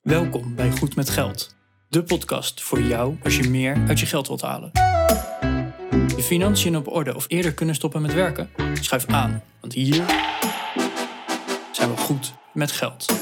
Welkom bij Goed met Geld, de podcast voor jou als je meer uit je geld wilt halen. Je financiën op orde of eerder kunnen stoppen met werken? Schuif aan, want hier zijn we goed met geld.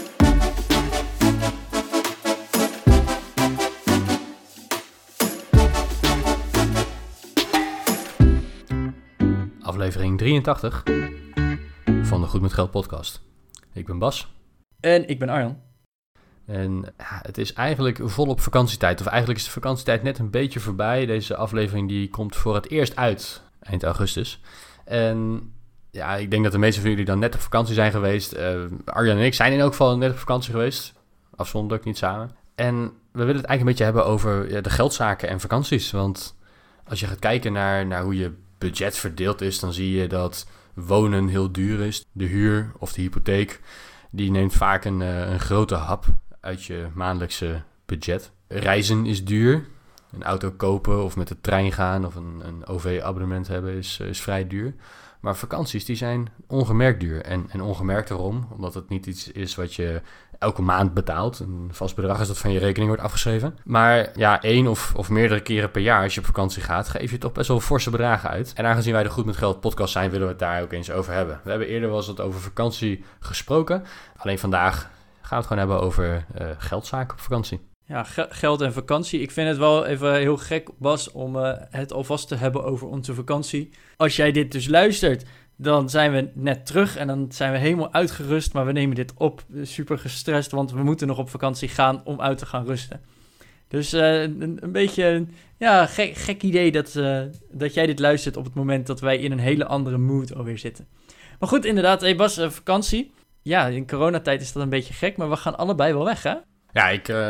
Aflevering 83 van de Goed met Geld podcast. Ik ben Bas. En ik ben Arjan. En het is eigenlijk volop vakantietijd. Of eigenlijk is de vakantietijd net een beetje voorbij. Deze aflevering die komt voor het eerst uit eind augustus. En ja, ik denk dat de meeste van jullie dan net op vakantie zijn geweest. Arjan en ik zijn in elk geval net op vakantie geweest. Afzonderlijk, niet samen. En we willen het eigenlijk een beetje hebben over de geldzaken en vakanties. Want als je gaat kijken naar hoe je budget verdeeld is, dan zie je dat wonen heel duur is. De huur of de hypotheek, die neemt vaak een grote hap uit je maandelijkse budget. Reizen is duur. Een auto kopen of met de trein gaan of een OV-abonnement hebben is vrij duur. Maar vakanties die zijn ongemerkt duur. En ongemerkt waarom? Omdat het niet iets is wat je elke maand betaalt. Een vast bedrag is dat van je rekening wordt afgeschreven. Maar ja, 1 of meerdere keren per jaar als je op vakantie gaat, geef je toch best wel forse bedragen uit. En aangezien wij de Goed met Geld podcast zijn, willen we het daar ook eens over hebben. We hebben eerder wel eens wat over vakantie gesproken. Alleen vandaag gaan we het gewoon hebben over geldzaken op vakantie. Ja, geld en vakantie. Ik vind het wel even heel gek, Bas, om het alvast te hebben over onze vakantie. Als jij dit dus luistert, dan zijn we net terug en dan zijn we helemaal uitgerust. Maar we nemen dit op, super gestrest, want we moeten nog op vakantie gaan om uit te gaan rusten. Dus een beetje gek idee dat jij dit luistert op het moment dat wij in een hele andere mood alweer zitten. Maar goed, inderdaad, hey Bas, vakantie. Ja, in coronatijd is dat een beetje gek, maar we gaan allebei wel weg, hè? Ja,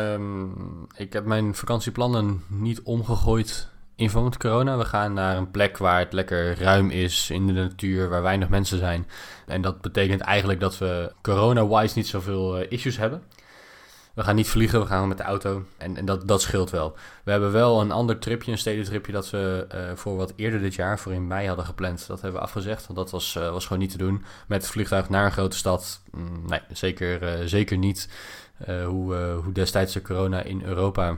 ik heb mijn vakantieplannen niet omgegooid in verband met corona. We gaan naar een plek waar het lekker ruim is in de natuur, waar weinig mensen zijn. En dat betekent eigenlijk dat we corona-wise niet zoveel issues hebben. We gaan niet vliegen, we gaan met de auto en dat scheelt wel. We hebben wel een ander tripje, een stedentripje dat we voor wat eerder dit jaar, voor in mei hadden gepland. Dat hebben we afgezegd, want dat was gewoon niet te doen. Met het vliegtuig naar een grote stad, nee, zeker niet. Hoe destijds de corona in Europa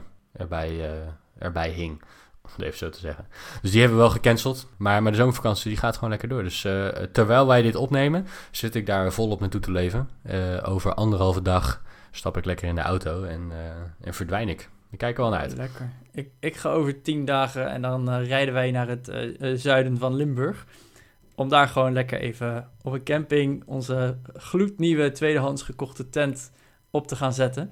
erbij hing, om het even zo te zeggen. Dus die hebben we wel gecanceld, maar de zomervakantie die gaat gewoon lekker door. Dus terwijl wij dit opnemen, zit ik daar volop naartoe te leven. Over 1,5 dag stap ik lekker in de auto en verdwijn ik. Ik kijk er wel naar uit. Lekker. Ik ga over 10 dagen en dan rijden wij naar het zuiden van Limburg. Om daar gewoon lekker even op een camping onze gloednieuwe tweedehands gekochte tent op te gaan zetten.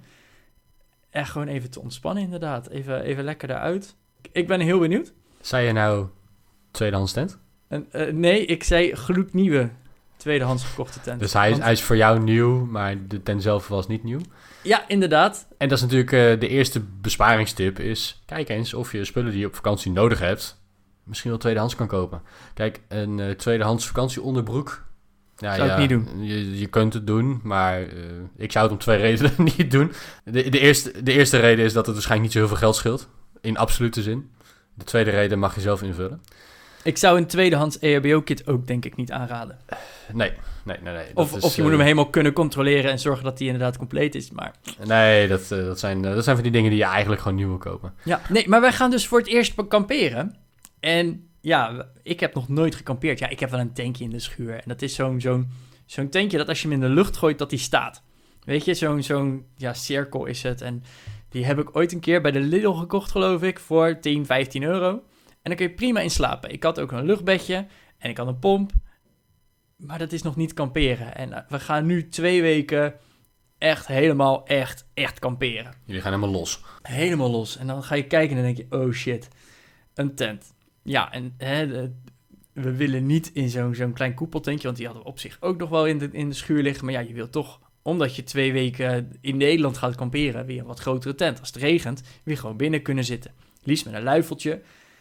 En gewoon even te ontspannen inderdaad. Even lekker eruit. Ik ben heel benieuwd. Zei je nou tweedehands tent? Nee, ik zei gloednieuwe tweedehands gekochte tent. Dus hij is voor jou nieuw, maar de tent zelf was niet nieuw? Ja, inderdaad. En dat is natuurlijk de eerste besparingstip is, kijk eens of je spullen die je op vakantie nodig hebt, misschien wel tweedehands kan kopen. Kijk, een tweedehands vakantieonderbroek, zou ik niet doen. Je kunt het doen, maar ik zou het om 2 redenen niet doen. De eerste reden is dat het waarschijnlijk niet zo heel veel geld scheelt, in absolute zin. De tweede reden mag je zelf invullen. Ik zou een tweedehands EHBO-kit ook denk ik niet aanraden. Nee. Of je moet hem helemaal kunnen controleren en zorgen dat hij inderdaad compleet is. Maar nee, dat zijn van die dingen die je eigenlijk gewoon nieuw wil kopen. Ja, nee, maar wij gaan dus voor het eerst kamperen. En ja, ik heb nog nooit gekampeerd. Ja, ik heb wel een tankje in de schuur. En dat is zo'n tankje dat als je hem in de lucht gooit, dat die staat. Weet je, zo'n cirkel is het. En die heb ik ooit een keer bij de Lidl gekocht, geloof ik, voor 10, 15 euro. En dan kun je prima in slapen. Ik had ook een luchtbedje en ik had een pomp. Maar dat is nog niet kamperen. En we gaan nu 2 weken echt helemaal echt kamperen. Jullie gaan helemaal los. Helemaal los. En dan ga je kijken en dan denk je, oh shit, een tent. Ja, en we willen niet in zo'n klein koepeltentje, want die hadden we op zich ook nog wel in de schuur liggen. Maar ja, je wilt toch, omdat je 2 weken in Nederland gaat kamperen, weer een wat grotere tent. Als het regent, weer gewoon binnen kunnen zitten. Liefst met een luifeltje.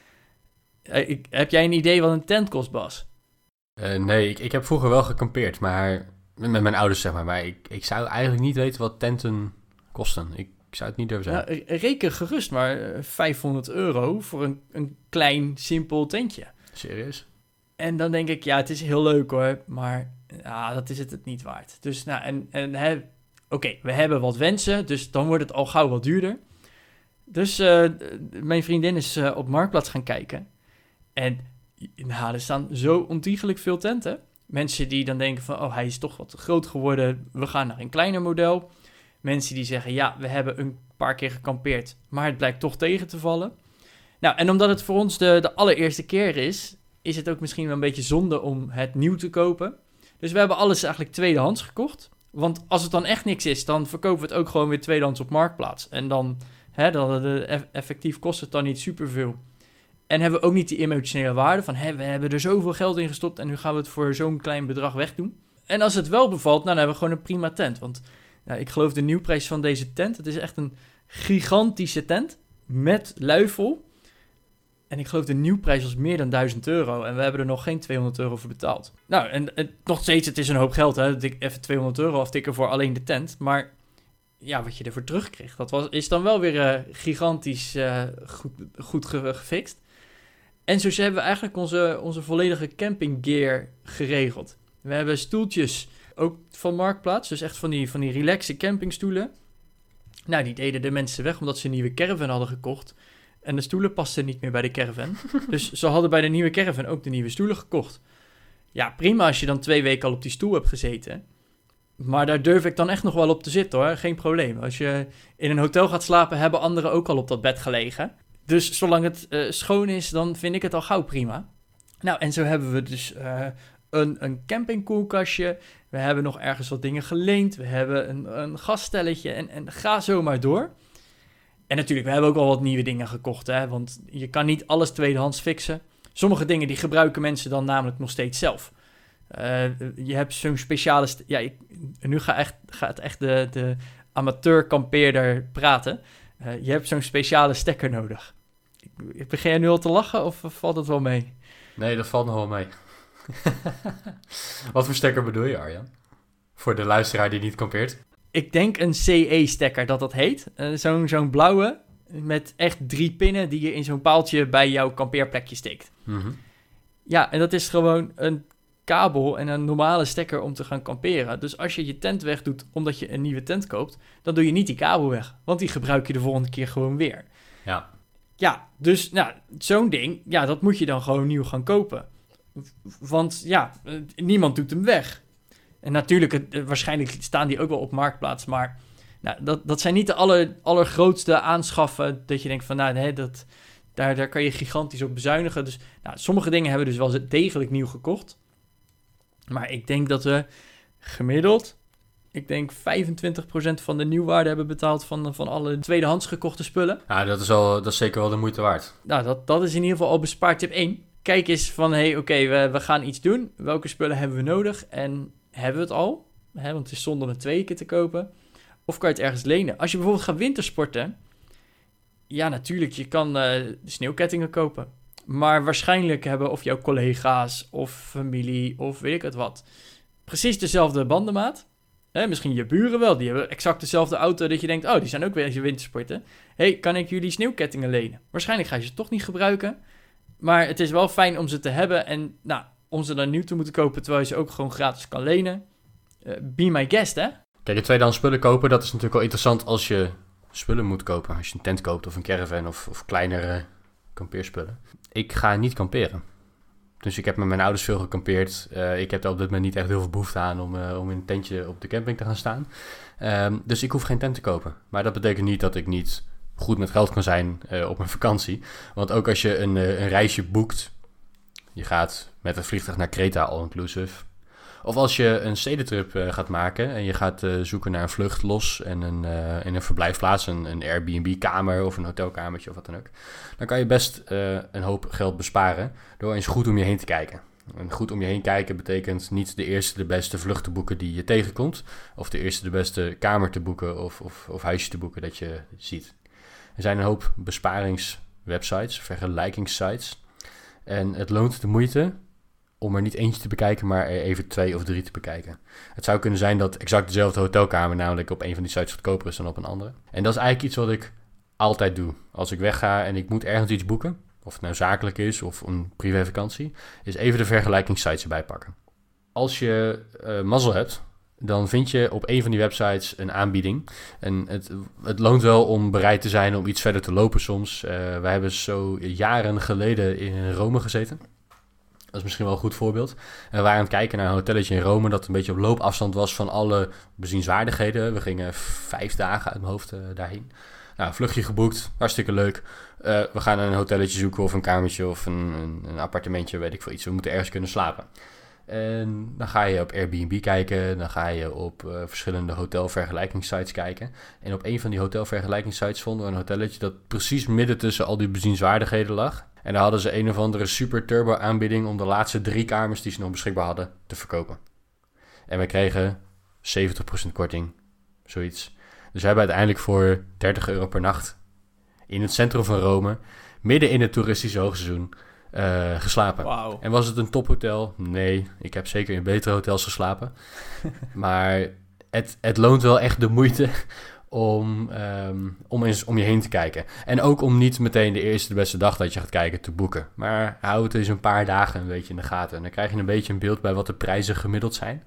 Heb jij een idee wat een tent kost, Bas? Nee, ik heb vroeger wel gekampeerd, maar met mijn ouders zeg maar. Maar ik zou eigenlijk niet weten wat tenten kosten. Ik zou het niet durven zeggen. Nou, reken gerust maar 500 euro voor een klein, simpel tentje. Serieus? En dan denk ik, ja, het is heel leuk hoor, maar ja, dat is het niet waard. Dus nou, oké, we hebben wat wensen, dus dan wordt het al gauw wat duurder. Dus mijn vriendin is op Marktplaats gaan kijken. En er staan zo ontiegelijk veel tenten. Mensen die dan denken van, hij is toch wat te groot geworden, we gaan naar een kleiner model. Mensen die zeggen, ja, we hebben een paar keer gekampeerd, maar het blijkt toch tegen te vallen. Nou, en omdat het voor ons de allereerste keer is het ook misschien wel een beetje zonde om het nieuw te kopen. Dus we hebben alles eigenlijk tweedehands gekocht. Want als het dan echt niks is, dan verkopen we het ook gewoon weer tweedehands op Marktplaats. En dan effectief kost het dan niet superveel. En hebben we ook niet die emotionele waarde van, we hebben er zoveel geld in gestopt en nu gaan we het voor zo'n klein bedrag wegdoen. En als het wel bevalt, dan hebben we gewoon een prima tent. Want ik geloof de nieuwprijs van deze tent, het is echt een gigantische tent met luifel. En ik geloof de nieuwprijs was meer dan €1000 en we hebben er nog geen €200 voor betaald. Nou, en nog steeds, het is een hoop geld, hè. Even €200 aftikken voor alleen de tent, maar ja, wat je ervoor terugkreeg, is dan wel weer gigantisch goed gefixt. En zo hebben we eigenlijk onze volledige campinggear geregeld. We hebben stoeltjes, ook van Marktplaats, dus echt van die relaxe campingstoelen. Nou, die deden de mensen weg omdat ze een nieuwe caravan hadden gekocht. En de stoelen pasten niet meer bij de caravan. Dus ze hadden bij de nieuwe caravan ook de nieuwe stoelen gekocht. Ja, prima als je dan 2 weken al op die stoel hebt gezeten. Maar daar durf ik dan echt nog wel op te zitten hoor, geen probleem. Als je in een hotel gaat slapen, hebben anderen ook al op dat bed gelegen. Dus zolang het schoon is, dan vind ik het al gauw prima. Nou, en zo hebben we dus een campingkoelkastje. We hebben nog ergens wat dingen geleend. We hebben een gasstelletje en ga zo maar door. En natuurlijk, we hebben ook al wat nieuwe dingen gekocht, hè, want je kan niet alles tweedehands fixen. Sommige dingen die gebruiken mensen dan namelijk nog steeds zelf. Je hebt zo'n speciale... nu gaat echt de amateur-kampeerder praten. Je hebt zo'n speciale stekker nodig. Begin jij nu al te lachen of valt het wel mee? Nee, dat valt nog wel mee. Wat voor stekker bedoel je, Arjan? Voor de luisteraar die niet kampeert. Ik denk een CE-stekker dat heet. Zo'n blauwe met echt 3 pinnen die je in zo'n paaltje bij jouw kampeerplekje steekt. Mm-hmm. Ja, en dat is gewoon een kabel en een normale stekker om te gaan kamperen. Dus als je je tent wegdoet omdat je een nieuwe tent koopt, dan doe je niet die kabel weg. Want die gebruik je de volgende keer gewoon weer. Ja. Ja, dus zo'n ding, dat moet je dan gewoon nieuw gaan kopen. Want niemand doet hem weg. En natuurlijk, waarschijnlijk staan die ook wel op Marktplaats, maar dat zijn niet de allergrootste aanschaffen dat je denkt van, daar kan je gigantisch op bezuinigen. Dus sommige dingen hebben we dus wel degelijk nieuw gekocht. Maar ik denk dat we gemiddeld, 25% van de nieuwwaarde hebben betaald van alle tweedehands gekochte spullen. Ja, dat is zeker wel de moeite waard. Nou, dat is in ieder geval al bespaard. Tip 1. Kijk eens van, we gaan iets doen. Welke spullen hebben we nodig? En hebben we het al? Want het is zonde om het 2 keer te kopen. Of kan je het ergens lenen? Als je bijvoorbeeld gaat wintersporten, ja, natuurlijk, je kan de sneeuwkettingen kopen. Maar waarschijnlijk hebben of jouw collega's of familie of weet ik het wat, precies dezelfde bandenmaat. Misschien je buren wel, die hebben exact dezelfde auto dat je denkt, die zijn ook weer eens wintersporten. Kan ik jullie sneeuwkettingen lenen? Waarschijnlijk ga je ze toch niet gebruiken. Maar het is wel fijn om ze te hebben en om ze dan nieuw te moeten kopen, terwijl je ze ook gewoon gratis kan lenen. Be my guest, hè? Kijk, de tweedehands spullen kopen, dat is natuurlijk wel interessant als je spullen moet kopen. Als je een tent koopt of een caravan of kleinere kampeerspullen. Ik ga niet kamperen. Dus ik heb met mijn ouders veel gekampeerd. Ik heb er op dit moment niet echt heel veel behoefte aan om in een tentje op de camping te gaan staan. Dus ik hoef geen tent te kopen. Maar dat betekent niet dat ik niet goed met geld kan zijn op mijn vakantie. Want ook als je een reisje boekt, je gaat met het vliegtuig naar Kreta all-inclusive. Of als je een stedentrip gaat maken en je gaat zoeken naar een vlucht los en in een verblijfplaats, een Airbnb-kamer of een hotelkamertje of wat dan ook. Dan kan je best een hoop geld besparen door eens goed om je heen te kijken. En goed om je heen kijken betekent niet de eerste de beste vlucht te boeken die je tegenkomt. Of de eerste de beste kamer te boeken of huisje te boeken dat je ziet. Er zijn een hoop besparingswebsites, vergelijkingssites. En het loont de moeite om er niet eentje te bekijken, maar er even 2 of 3 te bekijken. Het zou kunnen zijn dat exact dezelfde hotelkamer namelijk op een van die sites goedkoper is dan op een andere. En dat is eigenlijk iets wat ik altijd doe. Als ik wegga en ik moet ergens iets boeken, of het nou zakelijk is of een privévakantie, is even de vergelijkingssites erbij pakken. Als je mazzel hebt, dan vind je op een van die websites een aanbieding. En het loont wel om bereid te zijn om iets verder te lopen soms. Wij hebben zo jaren geleden in Rome gezeten. Dat is misschien wel een goed voorbeeld. En we waren aan het kijken naar een hotelletje in Rome dat een beetje op loopafstand was van alle bezienswaardigheden. We gingen 5 dagen uit mijn hoofd daarheen. Nou, vluchtje geboekt, hartstikke leuk. We gaan een hotelletje zoeken of een kamertje of een appartementje, weet ik veel iets. We moeten ergens kunnen slapen. En dan ga je op Airbnb kijken, dan ga je op verschillende hotelvergelijkingssites kijken. En op een van die hotelvergelijkingssites vonden we een hotelletje dat precies midden tussen al die bezienswaardigheden lag. En daar hadden ze een of andere super turbo aanbieding om de laatste 3 kamers die ze nog beschikbaar hadden te verkopen. En we kregen 70% korting, zoiets. Dus we hebben uiteindelijk voor €30 per nacht in het centrum van Rome, midden in het toeristische hoogseizoen, geslapen. Wauw. En was het een tophotel? Nee, ik heb zeker in betere hotels geslapen. Maar het loont wel echt de moeite om eens om je heen te kijken. En ook om niet meteen de eerste de beste dag dat je gaat kijken te boeken. Maar hou het eens een paar dagen een beetje in de gaten. En dan krijg je een beetje een beeld bij wat de prijzen gemiddeld zijn.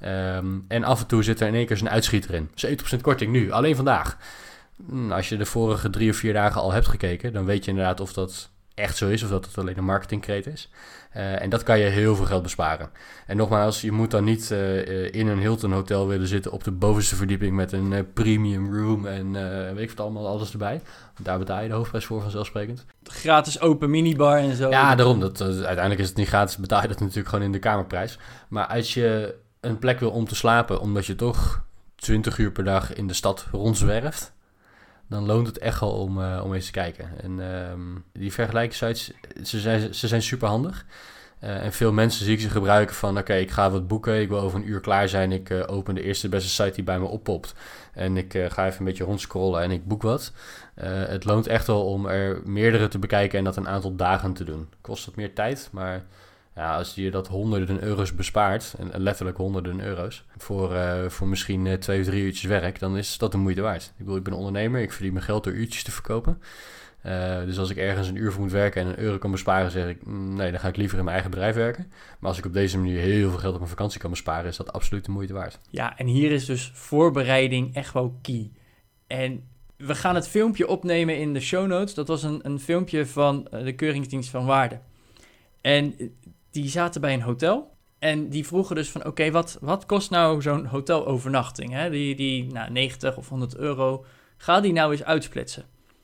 En af en toe zit er in één keer zo'n uitschieter in. 70% korting nu, alleen vandaag. Als je de vorige 3 of 4 dagen al hebt gekeken, dan weet je inderdaad of dat echt zo is of dat het alleen een marketingkreet is. En dat kan je heel veel geld besparen. En nogmaals, je moet dan niet in een Hilton hotel willen zitten op de bovenste verdieping met een premium room en weet ik wat allemaal, alles erbij. Daar betaal je de hoofdprijs voor vanzelfsprekend. Gratis open minibar en zo. Ja, daarom. Uiteindelijk is het niet gratis, betaal je dat natuurlijk gewoon in de kamerprijs. Maar als je een plek wil om te slapen, omdat je toch 20 uur per dag in de stad rondzwerft, dan loont het echt wel om eens te kijken. En die vergelijkingssites, ze zijn super handig. En veel mensen zie ik ze gebruiken van, oké, ik ga wat boeken, ik wil over een uur klaar zijn, ik open de eerste beste site die bij me oppopt. En ik ga even een beetje rondscrollen en ik boek wat. Het loont echt wel om er meerdere te bekijken en dat een aantal dagen te doen. Kost wat meer tijd, maar ja, als je dat honderden euro's bespaart, en letterlijk honderden euro's, voor misschien 2 of 3 uurtjes werk, dan is dat de moeite waard. Ik bedoel, ik ben ondernemer, ik verdien mijn geld door uurtjes te verkopen. Dus als ik ergens een uur voor moet werken en een euro kan besparen, zeg ik, nee, dan ga ik liever in mijn eigen bedrijf werken. Maar als ik op deze manier heel veel geld op mijn vakantie kan besparen, is dat absoluut de moeite waard. Ja, en hier is dus voorbereiding echt wel key. En we gaan het filmpje opnemen in de show notes. Dat was een filmpje van de Keuringsdienst van Waarde. En die zaten bij een hotel en die vroegen dus van, oké, wat kost nou zo'n hotelovernachting? Hè? Die 90 of 100 euro, ga die nou eens uitsplitsen.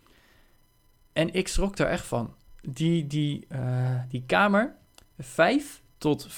En ik schrok daar echt van. Die kamer, 5 tot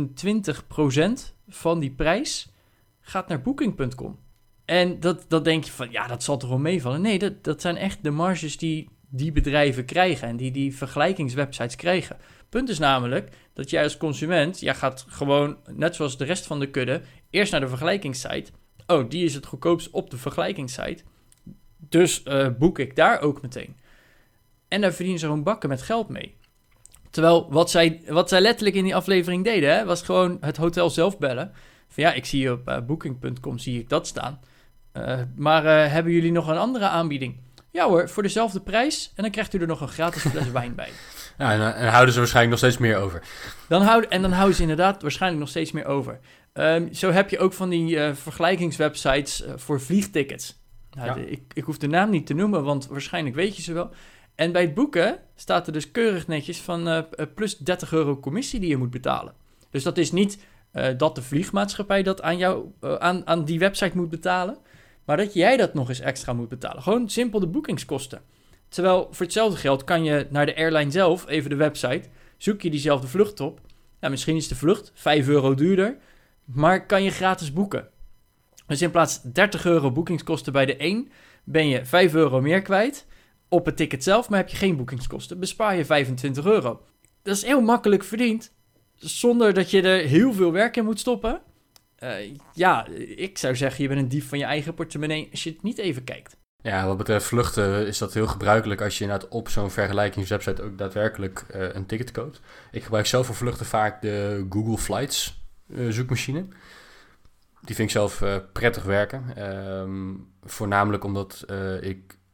25% van die prijs gaat naar Booking.com. En dat denk je van, ja, dat zal toch wel meevallen? Nee, dat zijn echt de marges die bedrijven krijgen en die vergelijkingswebsites krijgen. Punt is namelijk dat jij als consument, jij gaat gewoon, net zoals de rest van de kudde, eerst naar de vergelijkingssite. Oh, die is het goedkoopst op de vergelijkingssite. Dus boek ik daar ook meteen. En daar verdienen ze gewoon bakken met geld mee. Terwijl wat zij letterlijk in die aflevering deden, hè, was gewoon het hotel zelf bellen. Van ja, ik zie op booking.com zie ik dat staan. Maar hebben jullie nog een andere aanbieding? Ja hoor, voor dezelfde prijs. En dan krijgt u er nog een gratis fles wijn bij. Ja, en houden ze waarschijnlijk nog steeds meer over. Dan houden ze inderdaad waarschijnlijk nog steeds meer over. Zo heb je ook van die vergelijkingswebsites voor vliegtickets. Nou, Ja. Ik hoef de naam niet te noemen, want waarschijnlijk weet je ze wel. En bij het boeken staat er dus keurig netjes van plus 30 euro commissie die je moet betalen. Dus dat is niet dat de vliegmaatschappij dat aan jou aan die website moet betalen, maar dat jij dat nog eens extra moet betalen. Gewoon simpel de boekingskosten. Terwijl voor hetzelfde geld kan je naar de airline zelf, even de website, zoek je diezelfde vlucht op. Ja, misschien is de vlucht 5 euro duurder, maar kan je gratis boeken. Dus in plaats 30 euro boekingskosten bij de een, ben je 5 euro meer kwijt op het ticket zelf, maar heb je geen boekingskosten, bespaar je 25 euro. Dat is heel makkelijk verdiend, zonder dat je er heel veel werk in moet stoppen. Ja, ik zou zeggen, je bent een dief van je eigen portemonnee als je het niet even kijkt. Ja, wat betreft vluchten is dat heel gebruikelijk als je inderdaad op zo'n vergelijkingswebsite ook daadwerkelijk een ticket koopt. Ik gebruik zelf voor vluchten vaak de Google Flights zoekmachine. Die vind ik zelf prettig werken. Voornamelijk omdat ik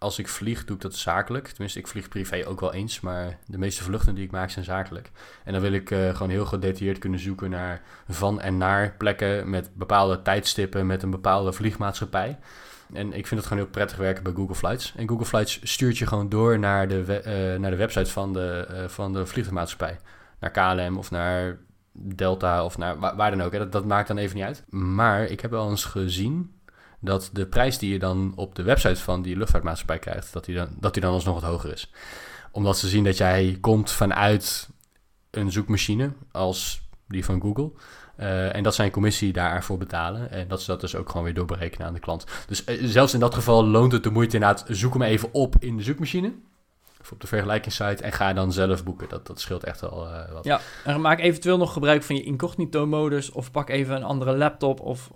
als ik vlieg, doe ik dat zakelijk. Tenminste, ik vlieg privé ook wel eens, maar de meeste vluchten die ik maak zijn zakelijk. En dan wil ik gewoon heel gedetailleerd kunnen zoeken naar van en naar plekken met bepaalde tijdstippen, met een bepaalde vliegmaatschappij. En ik vind het gewoon heel prettig werken bij Google Flights. En Google Flights stuurt je gewoon door naar de website van de vliegtuigmaatschappij. Naar KLM of naar Delta of naar waar dan ook. Hè. Dat maakt dan even niet uit. Maar ik heb wel eens gezien dat de prijs die je dan op de website van die luchtvaartmaatschappij krijgt, dat die dan alsnog wat hoger is. Omdat ze zien dat jij komt vanuit een zoekmachine als die van Google. En dat zij een commissie daarvoor betalen. En dat ze dat dus ook gewoon weer doorberekenen aan de klant. Dus zelfs in dat geval loont het de moeite inderdaad. Zoek hem even op in de zoekmachine. Of op de vergelijkingssite. En ga dan zelf boeken. Dat scheelt echt wel wat. Ja, en maak eventueel nog gebruik van je incognito-modus. Of pak even een andere laptop. Of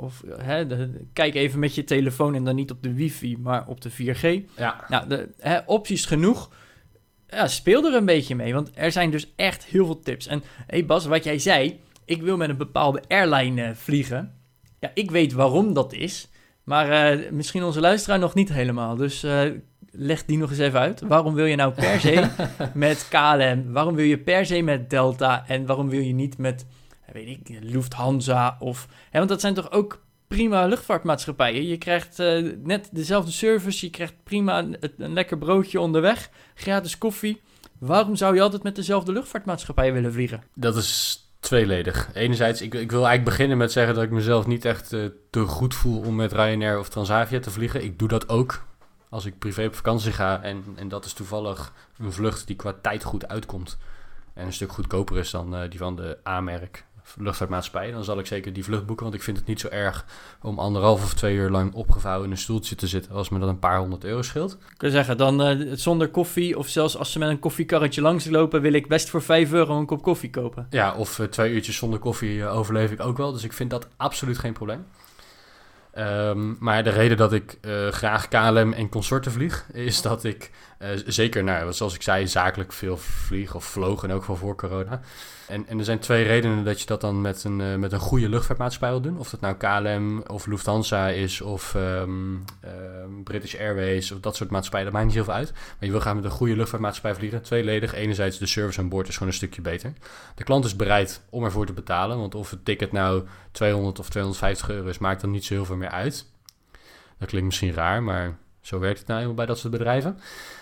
kijk even met je telefoon en dan niet op de wifi, maar op de 4G. Ja. Nou, opties genoeg. Ja, speel er een beetje mee. Want er zijn dus echt heel veel tips. En hey Bas, wat jij zei, ik wil met een bepaalde airline vliegen. Ja, ik weet waarom dat is. Maar misschien onze luisteraar nog niet helemaal. Dus leg die nog eens even uit. Waarom wil je nou per se met KLM? Waarom wil je per se met Delta? En waarom wil je niet met, weet ik, Lufthansa? Want dat zijn toch ook prima luchtvaartmaatschappijen. Je krijgt net dezelfde service. Je krijgt prima een lekker broodje onderweg. Gratis koffie. Waarom zou je altijd met dezelfde luchtvaartmaatschappij willen vliegen? Dat is tweeledig. Enerzijds, ik wil eigenlijk beginnen met zeggen dat ik mezelf niet echt te goed voel om met Ryanair of Transavia te vliegen. Ik doe dat ook als ik privé op vakantie ga en dat is toevallig een vlucht die qua tijd goed uitkomt en een stuk goedkoper is dan die van de A-merk luchtvaartmaatschappij. Dan zal ik zeker die vlucht boeken, want ik vind het niet zo erg om 1,5 of 2 uur lang opgevouwen in een stoeltje te zitten als me dat een paar €100 scheelt. Kun je zeggen, dan zonder koffie of zelfs als ze met een koffiekarretje langslopen, wil ik best voor €5 een kop koffie kopen. Ja, of 2 uurtjes zonder koffie overleef ik ook wel, dus ik vind dat absoluut geen probleem. Maar de reden dat ik graag KLM en consorten vlieg, is dat ik zeker, zoals ik zei, zakelijk veel vlieg of vloog en ook wel voor corona. En er zijn 2 redenen dat je dat dan met een goede luchtvaartmaatschappij wil doen. Of dat nou KLM of Lufthansa is of British Airways of dat soort maatschappijen, dat maakt niet heel veel uit. Maar je wil graag met een goede luchtvaartmaatschappij vliegen. Tweeledig, enerzijds de service aan boord is gewoon een stukje beter. De klant is bereid om ervoor te betalen, want of het ticket nou €200 of €250 is, maakt dan niet zo heel veel meer uit. Dat klinkt misschien raar, maar zo werkt het nou helemaal bij dat soort bedrijven.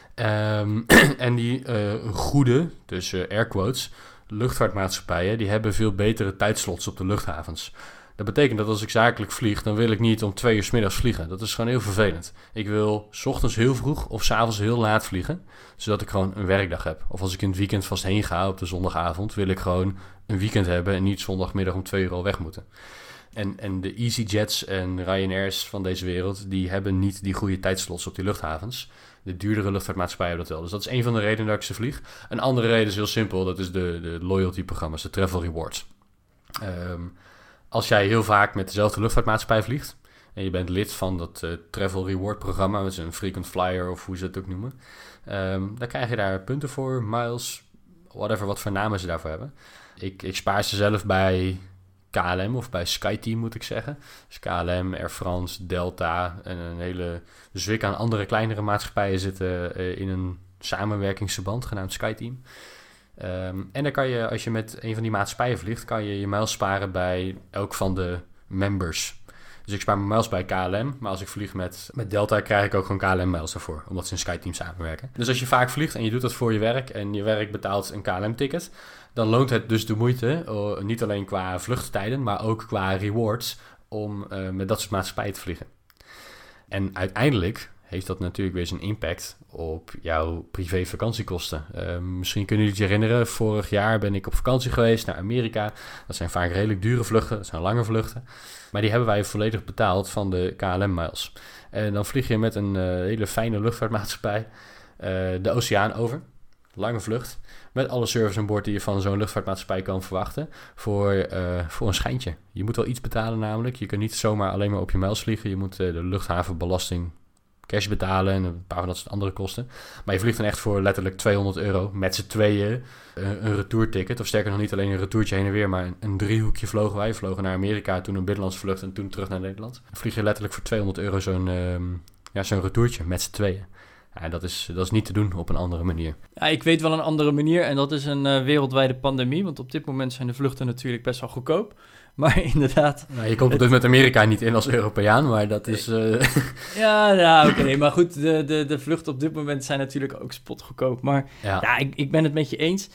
En die goede, dus air quotes, luchtvaartmaatschappijen, die hebben veel betere tijdslots op de luchthavens. Dat betekent dat als ik zakelijk vlieg, dan wil ik niet om 2 uur 's middags vliegen. Dat is gewoon heel vervelend. Ik wil 's ochtends heel vroeg of 's avonds heel laat vliegen, zodat ik gewoon een werkdag heb. Of als ik in het weekend vast heen ga op de zondagavond, wil ik gewoon een weekend hebben en niet zondagmiddag om 2 uur al weg moeten. En de EasyJets en Ryanairs van deze wereld, die hebben niet die goede tijdslots op die luchthavens. De duurdere luchtvaartmaatschappijen hebben dat wel. Dus dat is een van de redenen dat ik ze vlieg. Een andere reden is heel simpel. Dat is de loyalty-programma's, de travel rewards. Als jij heel vaak met dezelfde luchtvaartmaatschappij vliegt en je bent lid van dat travel reward programma, dat is een frequent flyer of hoe ze het ook noemen, dan krijg je daar punten voor, miles, whatever, wat voor namen ze daarvoor hebben. Ik spaar ze zelf bij KLM of bij SkyTeam moet ik zeggen. Dus KLM, Air France, Delta en een hele zwik aan andere kleinere maatschappijen zitten in een samenwerkingsverband genaamd SkyTeam. En dan kan je, als je met een van die maatschappijen vliegt, kan je je miles sparen bij elk van de members. Dus ik spaar mijn miles bij KLM, maar als ik vlieg met Delta krijg ik ook gewoon KLM miles daarvoor, omdat ze in SkyTeam samenwerken. Dus als je vaak vliegt en je doet dat voor je werk en je werk betaalt een KLM-ticket, dan loont het dus de moeite, niet alleen qua vluchttijden, maar ook qua rewards, om met dat soort maatschappijen te vliegen. En uiteindelijk heeft dat natuurlijk weer zijn impact op jouw privé vakantiekosten. Misschien kunnen jullie het je herinneren, vorig jaar ben ik op vakantie geweest naar Amerika. Dat zijn vaak redelijk dure vluchten, dat zijn lange vluchten. Maar die hebben wij volledig betaald van de KLM-miles. En dan vlieg je met een hele fijne luchtvaartmaatschappij de oceaan over. Lange vlucht. Met alle service aan boord die je van zo'n luchtvaartmaatschappij kan verwachten. Voor een schijntje. Je moet wel iets betalen namelijk. Je kunt niet zomaar alleen maar op je miles vliegen. Je moet de luchthavenbelasting cash betalen en een paar van dat soort andere kosten. Maar je vliegt dan echt voor letterlijk €200 met z'n tweeën een retourticket. Of sterker nog niet alleen een retourtje heen en weer, maar een driehoekje vlogen wij. We vlogen naar Amerika, toen een binnenlandse vlucht en toen terug naar Nederland. Dan vlieg je letterlijk voor €200 zo'n retourtje met z'n tweeën. Ja, dat is niet te doen op een andere manier. Ja, ik weet wel een andere manier en dat is een wereldwijde pandemie. Want op dit moment zijn de vluchten natuurlijk best wel goedkoop. Maar inderdaad... Nou, je komt er dus met Amerika niet in als Europeaan, maar dat is... Ja, oké. Maar goed, de vluchten op dit moment zijn natuurlijk ook spotgoedkoop. Maar ja, ik ben het met je eens.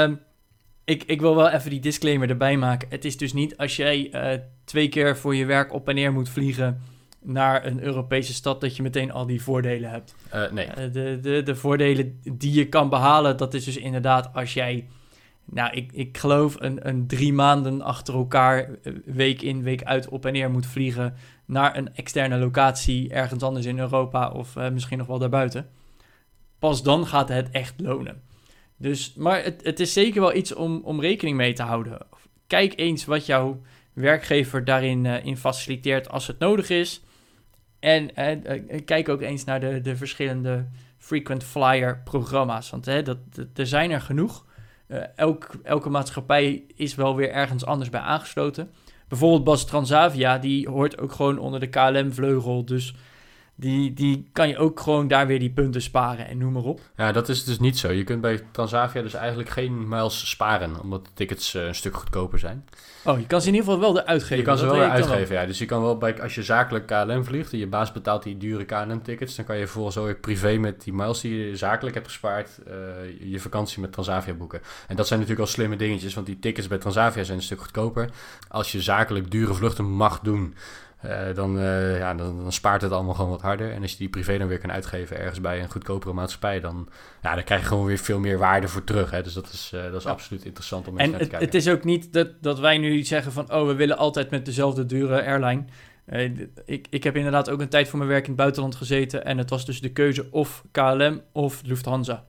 Ik wil wel even die disclaimer erbij maken. Het is dus niet als jij 2 keer voor je werk op en neer moet vliegen naar een Europese stad, dat je meteen al die voordelen hebt. Nee. De voordelen die je kan behalen, dat is dus inderdaad als jij... Nou, ik geloof een 3 maanden achter elkaar, week in, week uit, op en neer moet vliegen naar een externe locatie ergens anders in Europa of misschien nog wel daarbuiten. Pas dan gaat het echt lonen. Dus, maar het is zeker wel iets om rekening mee te houden. Kijk eens wat jouw werkgever daarin in faciliteert als het nodig is. En kijk ook eens naar de verschillende frequent flyer programma's. Want er zijn er genoeg. Elke maatschappij is wel weer ergens anders bij aangesloten. Bijvoorbeeld Bas Transavia, die hoort ook gewoon onder de KLM-vleugel. Dus die kan je ook gewoon daar weer die punten sparen en noem maar op. Ja, dat is dus niet zo. Je kunt bij Transavia dus eigenlijk geen miles sparen, omdat de tickets een stuk goedkoper zijn. Oh, je kan ze in ieder geval wel eruit geven. Je kan ze wel eruit geven, ja. Dus je kan wel, als je zakelijk KLM vliegt en je baas betaalt die dure KLM-tickets, dan kan je vervolgens zo weer privé met die miles die je zakelijk hebt gespaard, je vakantie met Transavia boeken. En dat zijn natuurlijk al slimme dingetjes, want die tickets bij Transavia zijn een stuk goedkoper. Als je zakelijk dure vluchten mag doen, dan spaart het allemaal gewoon wat harder. En als je die privé dan weer kan uitgeven ergens bij een goedkopere maatschappij, dan krijg je gewoon weer veel meer waarde voor terug. Hè? Dus dat is absoluut interessant om eens naar te kijken. En het is ook niet dat wij nu zeggen van, we willen altijd met dezelfde dure airline. Ik heb inderdaad ook een tijd voor mijn werk in het buitenland gezeten en het was dus de keuze of KLM of Lufthansa.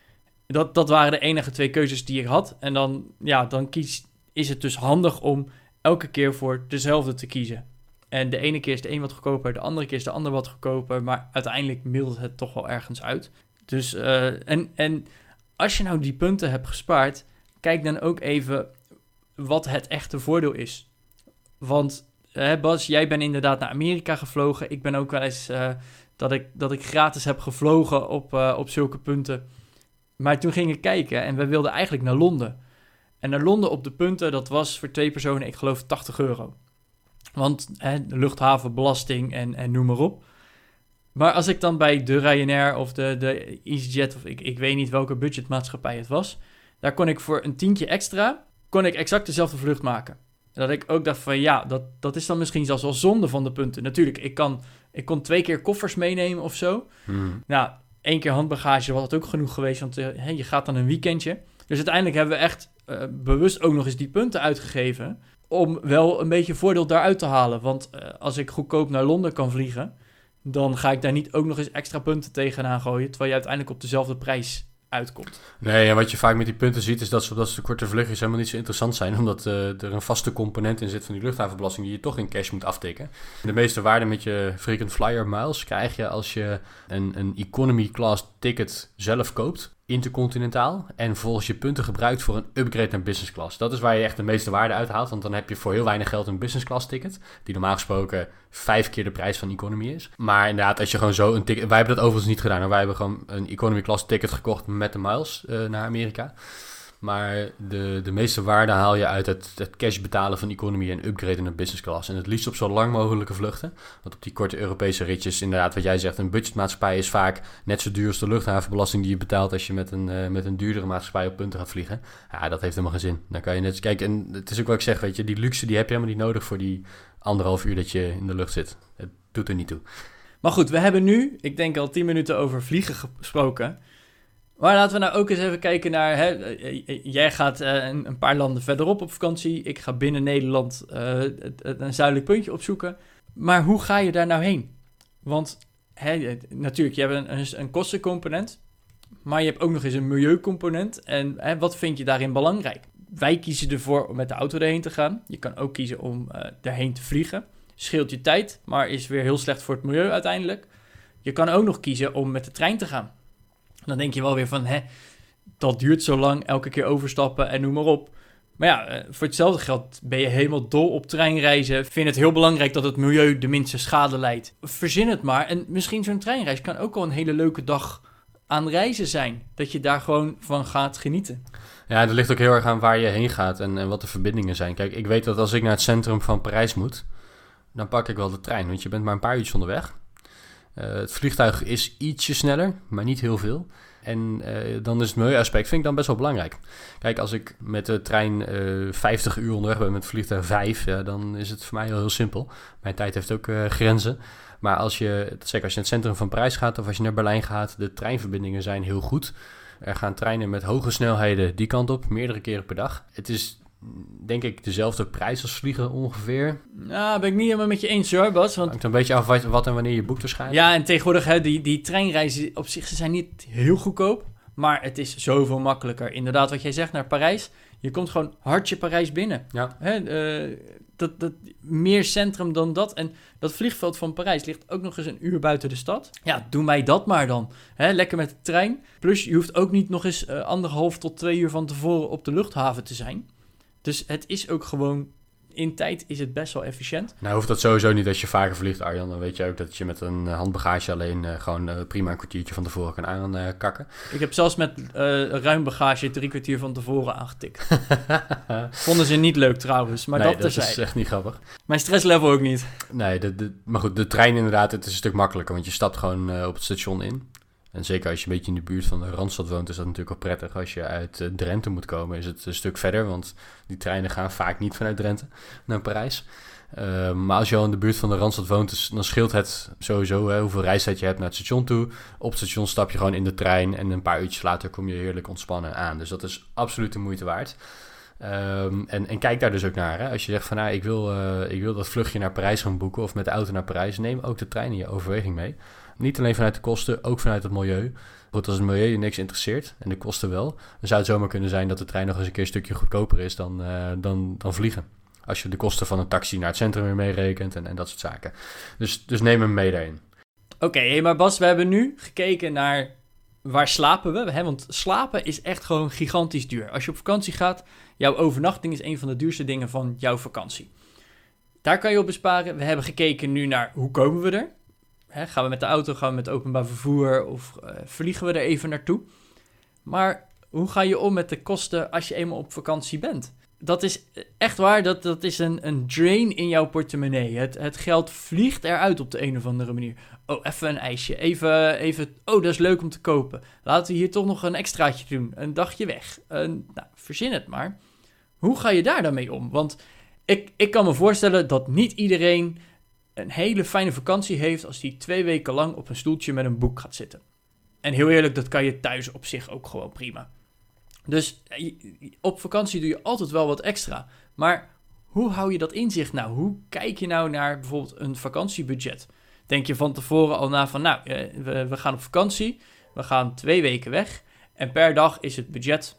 Dat waren de enige 2 keuzes die ik had. En dan is het dus handig om elke keer voor dezelfde te kiezen. En de ene keer is de een wat goedkoper, de andere keer is de ander wat goedkoper. Maar uiteindelijk middelt het toch wel ergens uit. Dus, en als je nou die punten hebt gespaard, kijk dan ook even wat het echte voordeel is. Want Bas, jij bent inderdaad naar Amerika gevlogen. Ik ben ook wel eens dat ik gratis heb gevlogen op zulke punten. Maar toen ging ik kijken en we wilden eigenlijk naar Londen. En naar Londen op de punten, dat was voor 2 personen, ik geloof €80. Want de luchthavenbelasting en noem maar op. Maar als ik dan bij de Ryanair of de EasyJet, of ik weet niet welke budgetmaatschappij het was, daar kon ik voor een tientje extra, exact dezelfde vlucht maken. En dat ik ook dacht van dat is dan misschien zelfs wel zonde van de punten. Natuurlijk, ik kon 2 keer koffers meenemen of zo. Nou, 1 keer handbagage was het ook genoeg geweest, want je gaat dan een weekendje. Dus uiteindelijk hebben we echt bewust ook nog eens die punten uitgegeven om wel een beetje voordeel daaruit te halen. Want als ik goedkoop naar Londen kan vliegen, dan ga ik daar niet ook nog eens extra punten tegenaan gooien, terwijl je uiteindelijk op dezelfde prijs uitkomt. Nee, en wat je vaak met die punten ziet, is dat ze de korte vluchtjes helemaal niet zo interessant zijn, omdat er een vaste component in zit van die luchthavenbelasting die je toch in cash moet aftikken. De meeste waarde met je frequent flyer miles krijg je als je een economy class ticket zelf koopt, intercontinentaal, en volgens je punten gebruikt voor een upgrade naar business class. Dat is waar je echt de meeste waarde uithaalt, want dan heb je voor heel weinig geld een business class ticket, die normaal gesproken 5 keer de prijs van economy is. Maar inderdaad, als je gewoon zo een ticket... Wij hebben dat overigens niet gedaan, wij hebben gewoon een economy class ticket gekocht met de miles naar Amerika. Maar de meeste waarde haal je uit het cash betalen van economy en upgraden naar business class. En het liefst op zo lang mogelijke vluchten. Want op die korte Europese ritjes, inderdaad wat jij zegt, een budgetmaatschappij is vaak net zo duur als de luchthavenbelasting die je betaalt als je met een duurdere maatschappij op punten gaat vliegen. Ja, dat heeft helemaal geen zin. Dan kan je net kijken. En het is ook wat ik zeg, weet je, die luxe die heb je helemaal niet nodig voor die 1,5 uur dat je in de lucht zit. Het doet er niet toe. Maar goed, we hebben nu, ik denk al 10 minuten over vliegen gesproken. Maar laten we nou ook eens even kijken naar... jij gaat een paar landen verderop op vakantie. Ik ga binnen Nederland een zuidelijk puntje opzoeken. Maar hoe ga je daar nou heen? Want natuurlijk, je hebt een kostencomponent. Maar je hebt ook nog eens een milieucomponent. En wat vind je daarin belangrijk? Wij kiezen ervoor om met de auto erheen te gaan. Je kan ook kiezen om erheen te vliegen. Scheelt je tijd, maar is weer heel slecht voor het milieu uiteindelijk. Je kan ook nog kiezen om met de trein te gaan. Dan denk je wel weer van, dat duurt zo lang, elke keer overstappen en noem maar op. Maar ja, voor hetzelfde geld ben je helemaal dol op treinreizen. Vind het heel belangrijk dat het milieu de minste schade leidt. Verzin het maar. En misschien zo'n treinreis kan ook wel een hele leuke dag aan reizen zijn. Dat je daar gewoon van gaat genieten. Ja, dat ligt ook heel erg aan waar je heen gaat en wat de verbindingen zijn. Kijk, ik weet dat als ik naar het centrum van Parijs moet, dan pak ik wel de trein. Want je bent maar een paar uurtjes onderweg. Het vliegtuig is ietsje sneller, maar niet heel veel. En dan is het milieuaspect, vind ik dan best wel belangrijk. Kijk, als ik met de trein 50 uur onderweg ben met het vliegtuig 5, ja, dan is het voor mij heel simpel. Mijn tijd heeft ook grenzen. Maar zeker als je naar het centrum van Parijs gaat of als je naar Berlijn gaat, de treinverbindingen zijn heel goed. Er gaan treinen met hoge snelheden die kant op, meerdere keren per dag. Het is denk ik dezelfde prijs als vliegen ongeveer. Nou, ben ik niet helemaal met je eens hoor, Bas. Want... hangt een beetje af wat en wanneer je boekt waarschijnlijk. Ja, en tegenwoordig, hè, die treinreizen op zich, ze zijn niet heel goedkoop. Maar het is zoveel makkelijker. Inderdaad, wat jij zegt, naar Parijs. Je komt gewoon hartje Parijs binnen. Ja. Hè, dat meer centrum dan dat. En dat vliegveld van Parijs ligt ook nog eens een uur buiten de stad. Ja, doe mij dat maar dan. Hè, lekker met de trein. Plus, je hoeft ook niet nog eens 1,5 tot 2 uur van tevoren op de luchthaven te zijn. Dus het is ook gewoon... In tijd is het best wel efficiënt. Nou hoeft dat sowieso niet als je vaker vliegt, Arjan. Dan weet je ook dat je met een handbagage alleen gewoon prima een kwartiertje van tevoren kan aankakken. Ik heb zelfs met ruim bagage 3 kwartier van tevoren aangetikt. Vonden ze niet leuk trouwens, maar nee, dat terzijde. is echt niet grappig. Mijn stresslevel ook niet. Nee, maar goed, de trein inderdaad, het is een stuk makkelijker, want je stapt gewoon op het station in. En zeker als je een beetje in de buurt van de Randstad woont, is dat natuurlijk ook prettig. Als je uit Drenthe moet komen, is het een stuk verder, want die treinen gaan vaak niet vanuit Drenthe naar Parijs. Maar als je al in de buurt van de Randstad woont, dan scheelt het sowieso hoeveel reistijd je hebt naar het station toe. Op het station stap je gewoon in de trein en een paar uurtjes later kom je heerlijk ontspannen aan. Dus dat is absoluut de moeite waard. En kijk daar dus ook naar. Hè. Als je zegt van ik wil dat vluchtje naar Parijs gaan boeken of met de auto naar Parijs, neem ook de trein in je overweging mee. Niet alleen vanuit de kosten, ook vanuit het milieu. Goed, als het milieu je niks interesseert en de kosten wel, dan zou het zomaar kunnen zijn dat de trein nog eens een keer een stukje goedkoper is dan vliegen. Als je de kosten van een taxi naar het centrum weer meerekent en dat soort zaken. Dus neem hem mee daarin. Oké, maar Bas, we hebben nu gekeken naar waar slapen we. Hè? Want slapen is echt gewoon gigantisch duur. Als je op vakantie gaat, jouw overnachting is een van de duurste dingen van jouw vakantie. Daar kan je op besparen. We hebben gekeken nu naar hoe komen we er. Hè, gaan we met de auto, gaan we met openbaar vervoer of vliegen we er even naartoe? Maar hoe ga je om met de kosten als je eenmaal op vakantie bent? Dat is echt waar, dat is een drain in jouw portemonnee. Het geld vliegt eruit op de een of andere manier. Oh, even een ijsje, even oh, dat is leuk om te kopen. Laten we hier toch nog een extraatje doen, een dagje weg. Nou, verzin het maar. Hoe ga je daar dan mee om? Want ik kan me voorstellen dat niet iedereen een hele fijne vakantie heeft als hij 2 weken lang op een stoeltje met een boek gaat zitten. En heel eerlijk, dat kan je thuis op zich ook gewoon prima. Dus op vakantie doe je altijd wel wat extra. Maar hoe hou je dat inzicht nou? Hoe kijk je nou naar bijvoorbeeld een vakantiebudget? Denk je van tevoren al na van, we gaan op vakantie, we gaan 2 weken weg en per dag is het budget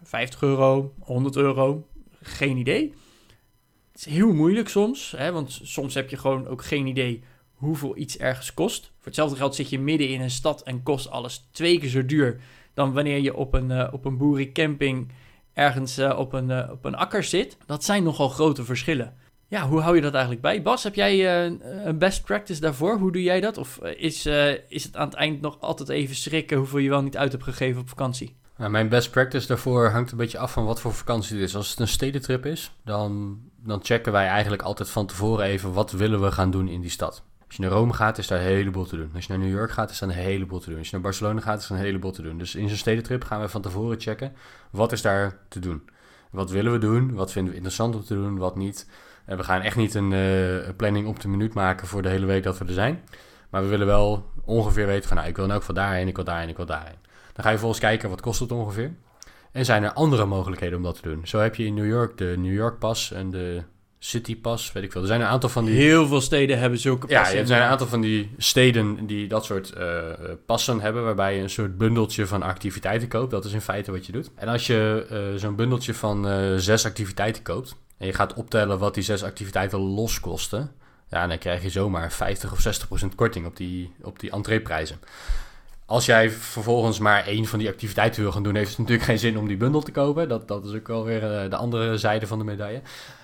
€50, €100, geen idee. Het is heel moeilijk soms, hè, want soms heb je gewoon ook geen idee hoeveel iets ergens kost. Voor hetzelfde geld zit je midden in een stad en kost alles 2 keer zo duur dan wanneer je op een boerencamping ergens op een akker zit. Dat zijn nogal grote verschillen. Ja, hoe hou je dat eigenlijk bij? Bas, heb jij een best practice daarvoor? Hoe doe jij dat? Of is het aan het eind nog altijd even schrikken hoeveel je wel niet uit hebt gegeven op vakantie? Nou, mijn best practice daarvoor hangt een beetje af van wat voor vakantie het is. Als het een stedentrip is, dan checken wij eigenlijk altijd van tevoren even wat willen we gaan doen in die stad. Als je naar Rome gaat, is daar een heleboel te doen. Als je naar New York gaat, is daar een heleboel te doen. Als je naar Barcelona gaat, is er een heleboel te doen. Dus in zo'n stedentrip gaan we van tevoren checken, wat is daar te doen? Wat willen we doen? Wat vinden we interessant om te doen? Wat niet? En we gaan echt niet een planning op de minuut maken voor de hele week dat we er zijn. Maar we willen wel ongeveer weten van, ik wil in elk geval daarheen, ik wil daarheen, ik wil daarheen. Dan ga je volgens kijken, wat kost het ongeveer? En zijn er andere mogelijkheden om dat te doen? Zo heb je in New York de New York Pass en de City Pass, weet ik veel. Er zijn een aantal van die... Heel veel steden hebben zulke passen. Ja, er zijn een aantal van die steden die dat soort passen hebben, waarbij je een soort bundeltje van activiteiten koopt. Dat is in feite wat je doet. En als je zo'n bundeltje van 6 activiteiten koopt, en je gaat optellen wat die 6 activiteiten los kosten, ja, dan krijg je zomaar 50 of 60% korting op die entreeprijzen. Als jij vervolgens maar 1 van die activiteiten wil gaan doen, heeft het natuurlijk geen zin om die bundel te kopen. Dat is ook wel weer de andere zijde van de medaille.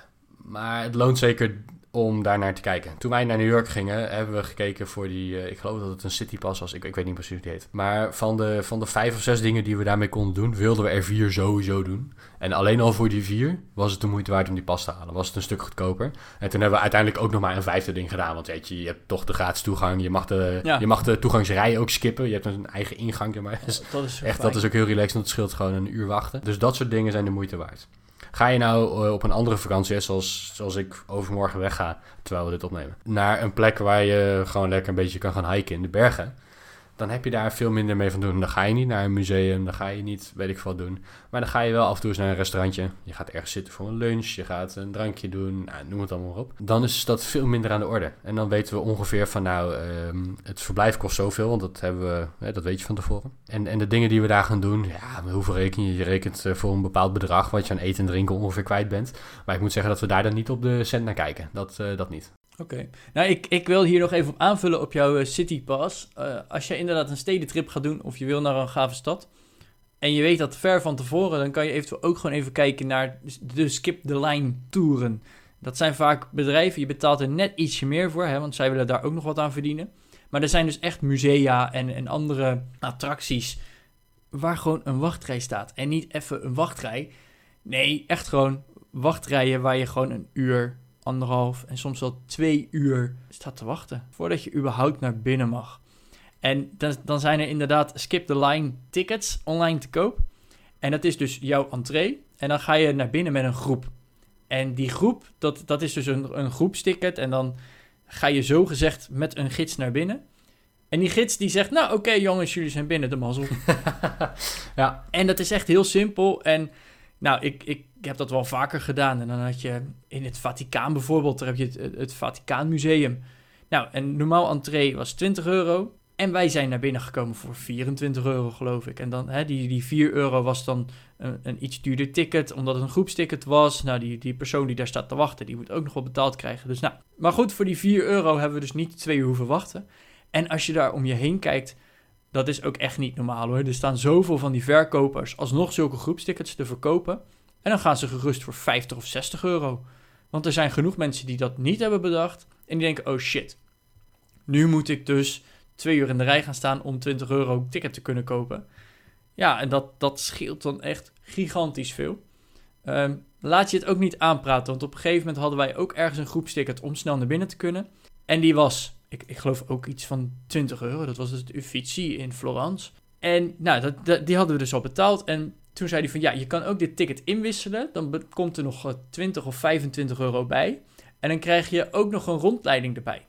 Maar het loont zeker om daar naar te kijken. Toen wij naar New York gingen, hebben we gekeken voor die... ik geloof dat het een Citypass was. Ik weet niet precies hoe die heet. Maar van de 5 of 6 dingen die we daarmee konden doen, wilden we er 4 sowieso doen. En alleen al voor die 4 was het de moeite waard om die pas te halen. Was het een stuk goedkoper. En toen hebben we uiteindelijk ook nog maar een 5e ding gedaan. Want weet je hebt toch de gratis toegang. Je mag de toegangsrij ook skippen. Je hebt een eigen ingang. Maar dat is ook heel relaxed, want het scheelt gewoon een uur wachten. Dus dat soort dingen zijn de moeite waard. Ga je nou op een andere vakantie, zoals ik overmorgen wegga, terwijl we dit opnemen, naar een plek waar je gewoon lekker een beetje kan gaan hiken in de bergen, dan heb je daar veel minder mee van doen. Dan ga je niet naar een museum, dan ga je niet, weet ik wat doen. Maar dan ga je wel af en toe eens naar een restaurantje. Je gaat ergens zitten voor een lunch, je gaat een drankje doen, noem het allemaal maar op. Dan is dat veel minder aan de orde. En dan weten we ongeveer van het verblijf kost zoveel, want dat weet je van tevoren. En de dingen die we daar gaan doen, ja, hoeveel reken je? Je rekent voor een bepaald bedrag wat je aan eten en drinken ongeveer kwijt bent. Maar ik moet zeggen dat we daar dan niet op de cent naar kijken. Dat niet. Oké. Nou, ik wil hier nog even op aanvullen op jouw Citypass. Als je inderdaad een stedentrip gaat doen of je wil naar een gave stad en je weet dat ver van tevoren, dan kan je eventueel ook gewoon even kijken naar de Skip the Line touren. Dat zijn vaak bedrijven, je betaalt er net ietsje meer voor, hè, want zij willen daar ook nog wat aan verdienen. Maar er zijn dus echt musea en andere attracties waar gewoon een wachtrij staat. En niet even een wachtrij. Nee, echt gewoon wachtrijen waar je gewoon 1 uur, 1,5 en soms wel 2 uur staat te wachten voordat je überhaupt naar binnen mag. En dan zijn er inderdaad Skip the Line tickets online te koop. En dat is dus jouw entree. En dan ga je naar binnen met een groep. En die groep, dat is dus een groepsticket. En dan ga je zogezegd met een gids naar binnen. En die gids die zegt, nou oké, jongens, jullie zijn binnen, de mazzel. Ja. En dat is echt heel simpel. En nou, ik heb dat wel vaker gedaan. En dan had je in het Vaticaan bijvoorbeeld, daar heb je het Vaticaanmuseum. Nou, en normaal entree was €20. En wij zijn naar binnen gekomen voor €24, geloof ik. En dan, die €4 was dan een iets duurder ticket, omdat het een groepsticket was. Nou, die persoon die daar staat te wachten, die moet ook nog wel betaald krijgen. Dus nou, maar goed, voor die €4 hebben we dus niet 2 uur hoeven wachten. En als je daar om je heen kijkt, dat is ook echt niet normaal hoor. Er staan zoveel van die verkopers alsnog zulke groepstickets te verkopen. En dan gaan ze gerust voor €50 of €60. Want er zijn genoeg mensen die dat niet hebben bedacht. En die denken, oh shit, nu moet ik dus 2 uur in de rij gaan staan om €20 ticket te kunnen kopen. Ja, en dat scheelt dan echt gigantisch veel. Laat je het ook niet aanpraten, want op een gegeven moment hadden wij ook ergens een groepsticket om snel naar binnen te kunnen. En die was, ik geloof ook iets van €20. Dat was dus de Uffizi in Florence. En nou, die hadden we dus al betaald. En toen zei hij van, ja, je kan ook dit ticket inwisselen. Dan komt er nog €20 of €25 bij. En dan krijg je ook nog een rondleiding erbij.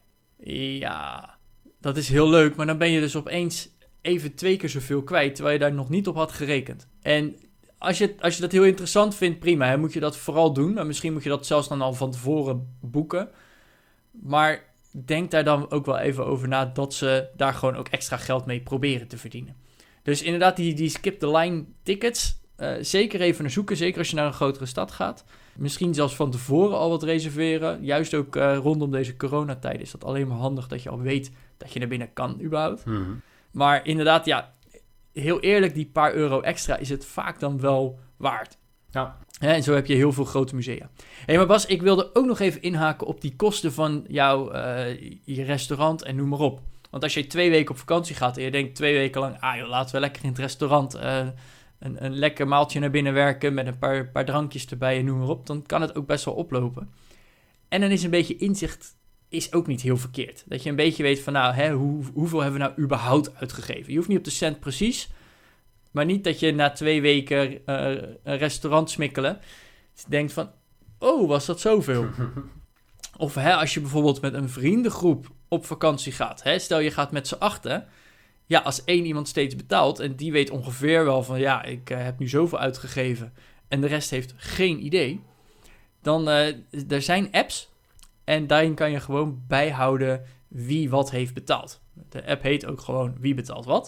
Ja, dat is heel leuk, maar dan ben je dus opeens even 2 keer zoveel kwijt, terwijl je daar nog niet op had gerekend. En als je dat heel interessant vindt, prima, hè, moet je dat vooral doen. Maar misschien moet je dat zelfs dan al van tevoren boeken. Maar denk daar dan ook wel even over na dat ze daar gewoon ook extra geld mee proberen te verdienen. Dus inderdaad, die Skip the Line tickets, zeker even naar zoeken, zeker als je naar een grotere stad gaat. Misschien zelfs van tevoren al wat reserveren. Juist ook rondom deze coronatijd is dat alleen maar handig dat je al weet dat je naar binnen kan überhaupt. Mm-hmm. Maar inderdaad, ja, heel eerlijk, die paar euro extra is het vaak dan wel waard. Ja. En zo heb je heel veel grote musea. Hey, maar Bas, ik wilde ook nog even inhaken op die kosten van je restaurant en noem maar op. Want als je 2 weken op vakantie gaat en je denkt 2 weken lang, joh, laten we lekker in het restaurant een lekker maaltje naar binnen werken met een paar drankjes erbij en noem maar op, dan kan het ook best wel oplopen. En dan is een beetje inzicht is ook niet heel verkeerd. Dat je een beetje weet van hoeveel hebben we nou überhaupt uitgegeven. Je hoeft niet op de cent precies, maar niet dat je na 2 weken een restaurant smikkelen denkt van, oh, was dat zoveel? Of als je bijvoorbeeld met een vriendengroep op vakantie gaat. Stel je gaat met z'n 8. Ja, als 1 iemand steeds betaalt en die weet ongeveer wel van, ja, ik heb nu zoveel uitgegeven en de rest heeft geen idee. Dan, er zijn apps en daarin kan je gewoon bijhouden wie wat heeft betaald. De app heet ook gewoon wie betaalt wat.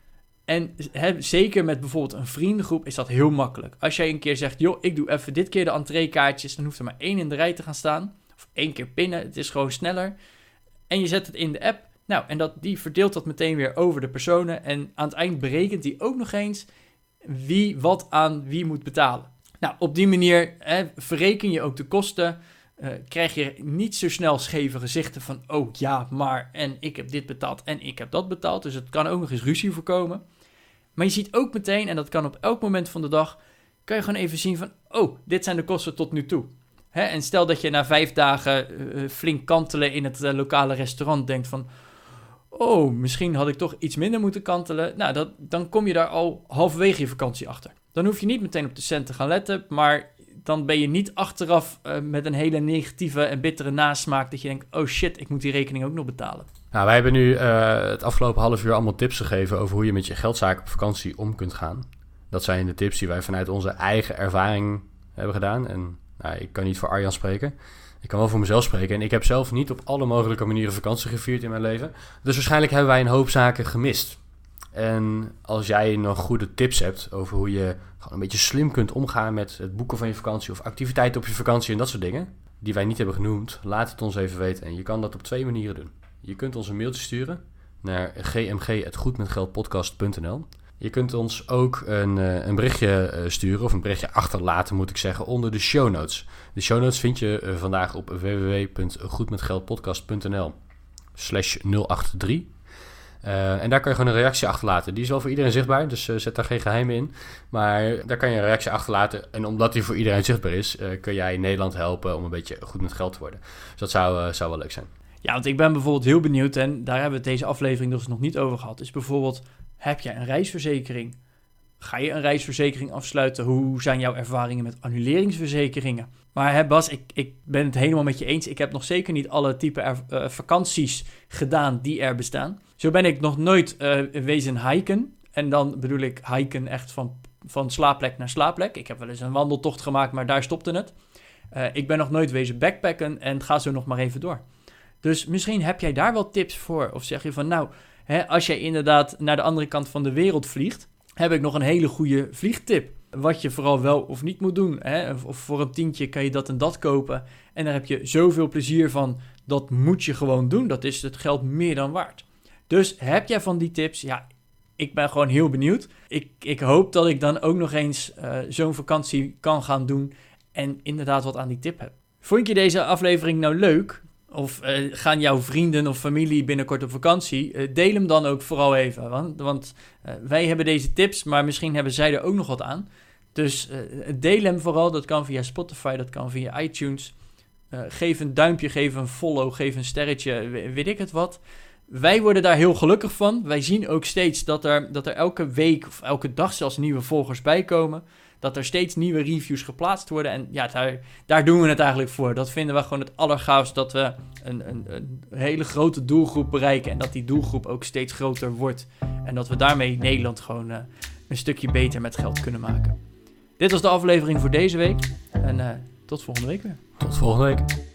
En zeker met bijvoorbeeld een vriendengroep is dat heel makkelijk. Als jij een keer zegt, joh, ik doe even dit keer de entreekaartjes, dan hoeft er maar 1 in de rij te gaan staan. Of 1 keer pinnen, het is gewoon sneller. En je zet het in de app. Nou, en die verdeelt dat meteen weer over de personen. En aan het eind berekent hij ook nog eens wie wat aan wie moet betalen. Nou, op die manier verreken je ook de kosten. Krijg je niet zo snel scheve gezichten van... oh ja, maar en ik heb dit betaald en ik heb dat betaald. Dus het kan ook nog eens ruzie voorkomen. Maar je ziet ook meteen, en dat kan op elk moment van de dag... kan je gewoon even zien van... oh, dit zijn de kosten tot nu toe. En stel dat je na 5 dagen flink kantelen in het lokale restaurant denkt van... oh, misschien had ik toch iets minder moeten kantelen. Nou, dan kom je daar al halverwege je vakantie achter. Dan hoef je niet meteen op de cent te gaan letten, maar dan ben je niet achteraf met een hele negatieve en bittere nasmaak dat je denkt, oh shit, ik moet die rekening ook nog betalen. Nou, wij hebben nu het afgelopen half uur allemaal tips gegeven over hoe je met je geldzaken op vakantie om kunt gaan. Dat zijn de tips die wij vanuit onze eigen ervaring hebben gedaan. En nou, ik kan niet voor Arjan spreken. Ik kan wel voor mezelf spreken. En ik heb zelf niet op alle mogelijke manieren vakantie gevierd in mijn leven. Dus waarschijnlijk hebben wij een hoop zaken gemist. En als jij nog goede tips hebt over hoe je gewoon een beetje slim kunt omgaan met het boeken van je vakantie of activiteiten op je vakantie en dat soort dingen, die wij niet hebben genoemd, laat het ons even weten. En je kan dat op 2 manieren doen. Je kunt ons een mailtje sturen naar gmg@goedmetgeldpodcast.nl. Je kunt ons ook een berichtje sturen, of een berichtje achterlaten moet ik zeggen, onder de show notes. De show notes vind je vandaag op www.goedmetgeldpodcast.nl/083. En daar kan je gewoon een reactie achterlaten. Die is wel voor iedereen zichtbaar, dus zet daar geen geheim in. Maar daar kan je een reactie achterlaten. En omdat die voor iedereen zichtbaar is, kun jij Nederland helpen om een beetje goed met geld te worden. Dus dat zou wel leuk zijn. Ja, want ik ben bijvoorbeeld heel benieuwd, en daar hebben we het deze aflevering dus nog niet over gehad. Is bijvoorbeeld, heb jij een reisverzekering? Ga je een reisverzekering afsluiten? Hoe zijn jouw ervaringen met annuleringsverzekeringen? Maar Bas, ik ben het helemaal met je eens. Ik heb nog zeker niet alle type vakanties gedaan die er bestaan. Zo ben ik nog nooit wezen hiken. En dan bedoel ik hiken echt van slaapplek naar slaapplek. Ik heb wel eens een wandeltocht gemaakt, maar daar stopte het. Ik ben nog nooit wezen backpacken en ga zo nog maar even door. Dus misschien heb jij daar wel tips voor. Of zeg je van nou, als jij inderdaad naar de andere kant van de wereld vliegt, heb ik nog een hele goede vliegtip. Wat je vooral wel of niet moet doen. Of voor een tientje kan je dat en dat kopen. En daar heb je zoveel plezier van. Dat moet je gewoon doen. Dat is het geld meer dan waard. Dus heb jij van die tips? Ja, ik ben gewoon heel benieuwd. Ik hoop dat ik dan ook nog eens zo'n vakantie kan gaan doen. En inderdaad wat aan die tip heb. Vond je deze aflevering nou leuk? Of gaan jouw vrienden of familie binnenkort op vakantie? Deel hem dan ook vooral even. Want wij hebben deze tips, maar misschien hebben zij er ook nog wat aan. Dus deel hem vooral. Dat kan via Spotify, dat kan via iTunes. Geef een duimpje, geef een follow, geef een sterretje, weet ik het wat. Wij worden daar heel gelukkig van. Wij zien ook steeds dat er elke week of elke dag zelfs nieuwe volgers bijkomen. Dat er steeds nieuwe reviews geplaatst worden. En ja, daar doen we het eigenlijk voor. Dat vinden we gewoon het allergaafst. Dat we een hele grote doelgroep bereiken. En dat die doelgroep ook steeds groter wordt. En dat we daarmee Nederland gewoon een stukje beter met geld kunnen maken. Dit was de aflevering voor deze week. En tot volgende week weer. Tot volgende week.